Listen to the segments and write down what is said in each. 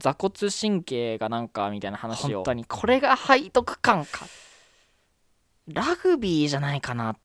座骨神経がなんかみたいな話を、本当にこれが背徳感か、ラグビーじゃないかな。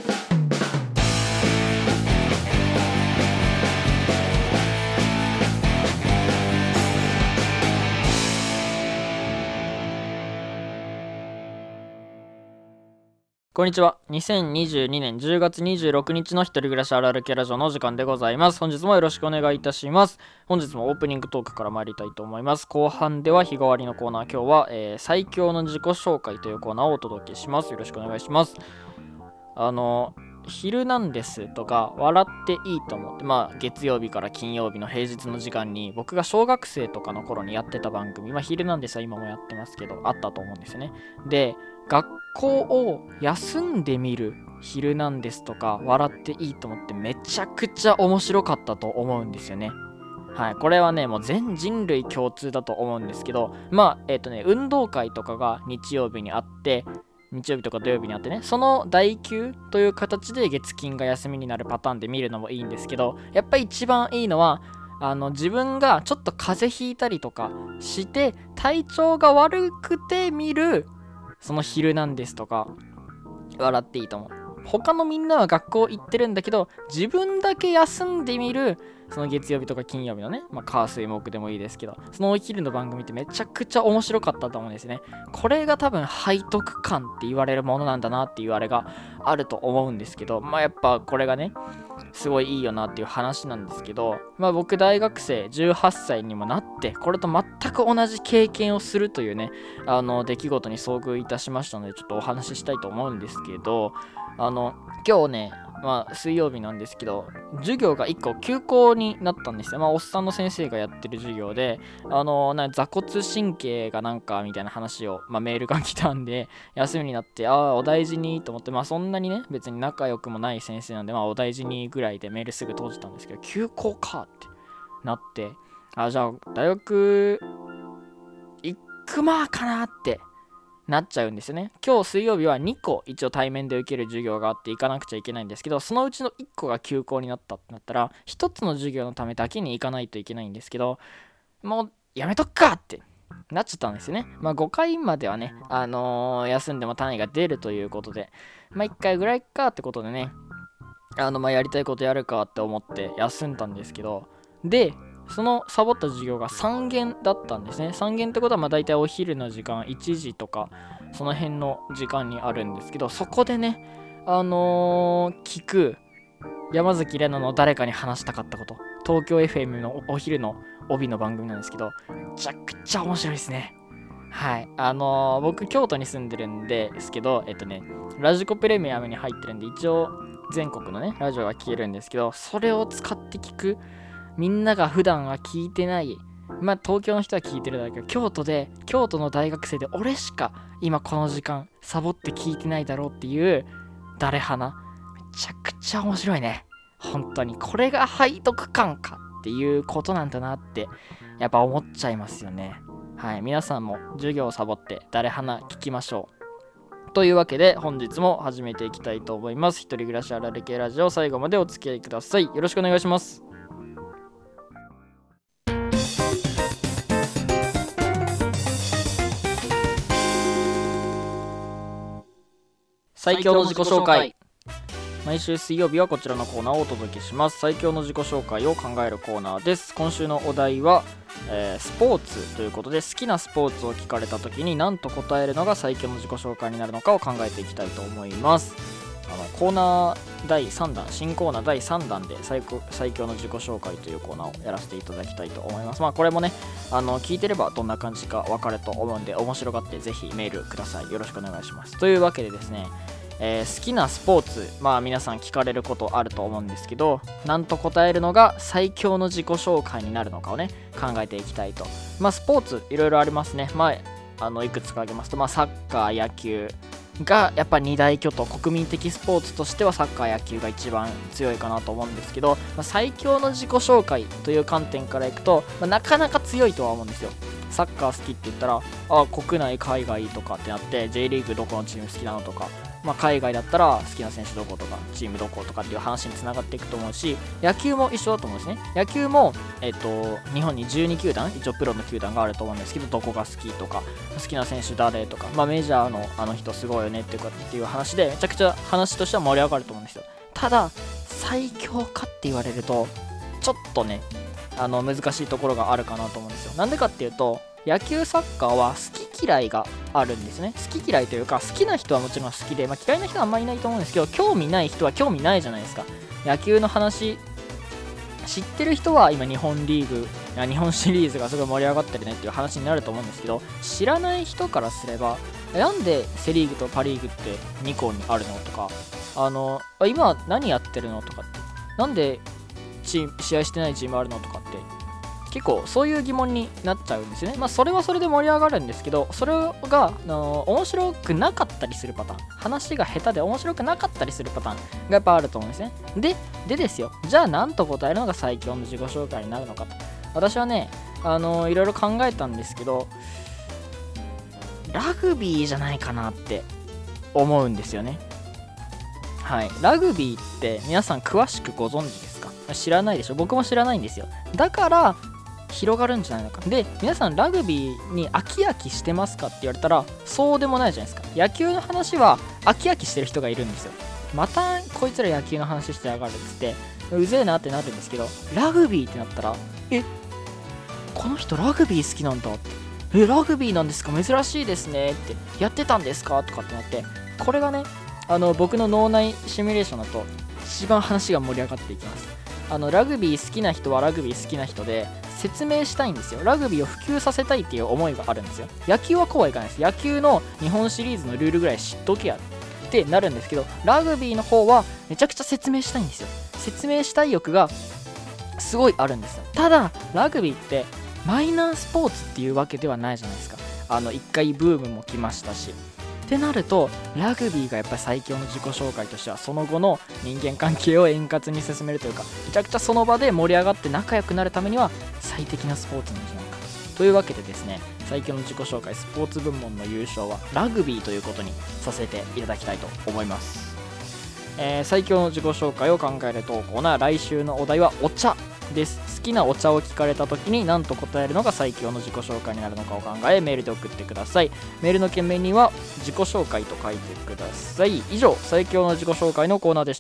こんにちは。2022年10月26日の一人暮らしあるある系ラジオの時間でございます。本日もよろしくお願いいたします。本日もオープニングトークから参りたいと思います。後半では日替わりのコーナー、今日は、最強の自己紹介というコーナーをお届けします。よろしくお願いします。ヒルナンデスとか笑っていいと思って、月曜日から金曜日の平日の時間に僕が小学生とかの頃にやってた番組、ヒルナンデスは今もやってますけど、あったと思うんですよね。で、学校を休んでみるヒルナンデスとか笑っていいと思ってめちゃくちゃ面白かったと思うんですよね。はい、これはね、もう全人類共通だと思うんですけど、運動会とかが日曜日にあって、日曜日とか土曜日にあってね、その代休という形で月金が休みになるパターンで見るのもいいんですけど、やっぱり一番いいのは自分がちょっと風邪ひいたりとかして体調が悪くて見るそのヒルナンデスとか笑っていいと思う。他のみんなは学校行ってるんだけど、自分だけ休んでみるその月曜日とか金曜日のね、火水木でもいいですけど、そのお昼の番組ってめちゃくちゃ面白かったと思うんですね。これが多分背徳感って言われるものなんだなっていうあれがあると思うんですけど、やっぱこれがねすごいいいよなっていう話なんですけど、僕大学生18歳にもなってこれと全く同じ経験をするというね出来事に遭遇いたしましたので、ちょっとお話ししたいと思うんですけど、今日ね水曜日なんですけど、授業が1個休校になったんですよ。おっさんの先生がやってる授業で、座骨神経がなんかみたいな話を、メールが来たんで休みになって、お大事にと思って、そんなにね別に仲良くもない先生なんで、お大事にぐらいでメールすぐ閉じたんですけど、休校かってなって、じゃあ大学行くかなってなっちゃうんですよね。今日水曜日は2個一応対面で受ける授業があって行かなくちゃいけないんですけど、そのうちの1個が休校になったってなったら、1つの授業のためだけに行かないといけないんですけど、もうやめとくかってなっちゃったんですよね。5回まではね、休んでも単位が出るということで、1回ぐらいかってことでね、やりたいことやるかって思って休んだんですけど、でそのサボった授業が3限だったんですね。3限ってことはだいたいお昼の時間1時とかその辺の時間にあるんですけど、そこでね聞く山崎怜奈の誰かに話したかったこと、東京 FM のお昼の帯の番組なんですけど、めちゃくちゃ面白いですね。はい、僕京都に住んでるんですけど、ラジコプレミアムに入ってるんで一応全国のねラジオが聞けるんですけど、それを使って聞く、みんなが普段は聞いてない、東京の人は聞いてるだけど、京都の大学生で俺しか今この時間サボって聞いてないだろうっていう誰花、めちゃくちゃ面白いね。本当にこれが背徳感かっていうことなんだなってやっぱ思っちゃいますよね。はい、皆さんも授業をサボって誰花聞きましょう。というわけで本日も始めていきたいと思います。一人暮らしあるある系ラジオ、最後までお付き合いください。よろしくお願いします。最強の自己紹介。毎週水曜日はこちらのコーナーをお届けします。最強の自己紹介を考えるコーナーです。今週のお題は、スポーツということで、好きなスポーツを聞かれた時に何と答えるのが最強の自己紹介になるのかを考えていきたいと思います。コーナー第3弾、新コーナー第3弾で最強の自己紹介というコーナーをやらせていただきたいと思います。これもね聞いてればどんな感じか分かると思うんで、面白がってぜひメールください。よろしくお願いします。というわけでですね、好きなスポーツ、皆さん聞かれることあると思うんですけど、なんと答えるのが最強の自己紹介になるのかをね考えていきたいと。スポーツいろいろありますね。いくつか挙げますと、サッカー、野球がやっぱ二大巨頭、国民的スポーツとしてはサッカー、野球が一番強いかなと思うんですけど、最強の自己紹介という観点からいくと、なかなか強いとは思うんですよ。サッカー好きって言ったら国内海外とかってなって J リーグどこのチーム好きなのとか海外だったら好きな選手どことかチームどことかっていう話につながっていくと思うし、野球も一緒だと思うんですね。野球も、日本に12球団一応プロの球団があると思うんですけど、どこが好きとか好きな選手誰とか、メジャーのあの人すごいよねっていう話でめちゃくちゃ話としては盛り上がると思うんですよ。ただ最強かって言われるとちょっとね難しいところがあるかなと思うんですよ。なんでかっていうと、野球サッカーは好き嫌いがあるんですね。好き嫌いというか、好きな人はもちろん好きで、嫌いな人はあんまりいないと思うんですけど、興味ない人は興味ないじゃないですか。野球の話知ってる人は今日本シリーズがすごい盛り上がってるねっていう話になると思うんですけど、知らない人からすればなんでセリーグとパリーグって2校にあるのとか、今何やってるのとかって、なんで試合してないチームあるのとかって結構そういう疑問になっちゃうんですよね。それはそれで盛り上がるんですけど、それが面白くなかったりするパターン、話が下手で面白くなかったりするパターンがやっぱあると思うんですね。でですよ、じゃあ何と答えるのが最強の自己紹介になるのかと、私はねいろいろ考えたんですけど、ラグビーじゃないかなって思うんですよね。はい、ラグビーって皆さん詳しくご存知ですか？知らないでしょ。僕も知らないんですよ。だから広がるんじゃないのか。で、皆さんラグビーに飽き飽きしてますかって言われたらそうでもないじゃないですか。野球の話は飽き飽きしてる人がいるんですよ。またこいつら野球の話してやがるっつってうぜえなってなるんですけど、ラグビーってなったらこの人ラグビー好きなんだって、ラグビーなんですか、珍しいですねって、やってたんですかとかってなって、これがね僕の脳内シミュレーションだと一番話が盛り上がっていきます。ラグビー好きな人はラグビー好きな人で説明したいんですよ。ラグビーを普及させたいっていう思いがあるんですよ。野球はこうはいかないです。野球の日本シリーズのルールぐらい知っとけやってなるんですけど、ラグビーの方はめちゃくちゃ説明したいんですよ。説明したい欲がすごいあるんですよ。ただラグビーってマイナースポーツっていうわけではないじゃないですか。一回ブームも来ましたしってなると、ラグビーがやっぱり最強の自己紹介としてはその後の人間関係を円滑に進めるというか、めちゃくちゃその場で盛り上がって仲良くなるためには最適なスポーツなんじゃないかというわけでですね、最強の自己紹介スポーツ部門の優勝はラグビーということにさせていただきたいと思います。最強の自己紹介を考える投稿な来週のお題はお茶です。好きなお茶を聞かれた時に何と答えるのが最強の自己紹介になるのかを考えメールで送ってください。メールの件名には自己紹介と書いてください。以上、最強の自己紹介のコーナーでした。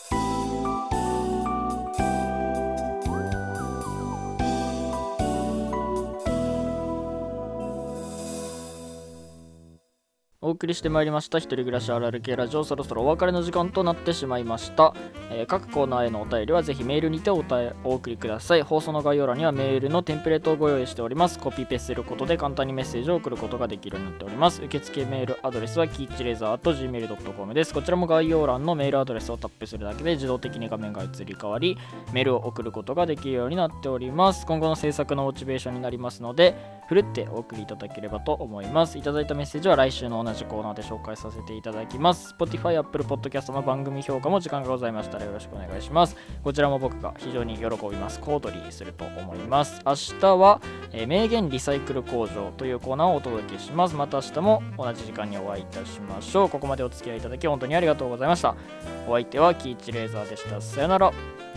お送りしてまいりました一人暮らしあるある系ラジオ、そろそろお別れの時間となってしまいました。各コーナーへのお便りはぜひメールにてお送りください。放送の概要欄にはメールのテンプレートをご用意しております。コピペすることで簡単にメッセージを送ることができるようになっております。受付メールアドレスはキーチレーザー@gmail.com です。こちらも概要欄のメールアドレスをタップするだけで自動的に画面が移り変わりメールを送ることができるようになっております。今後の制作のモチベーションになりますのでふるってお送りいただければと思います。いただいたメッセージは来週の同じコーナーで紹介させていただきます。 Spotify、Apple Podcast の番組評価も時間がございましたらよろしくお願いします。こちらも僕が非常に喜びます。小躍りすると思います。明日は、名言リサイクル工場というコーナーをお届けします。また明日も同じ時間にお会いいたしましょう。ここまでお付き合いいただき本当にありがとうございました。お相手はキーチレーザーでした。さよなら。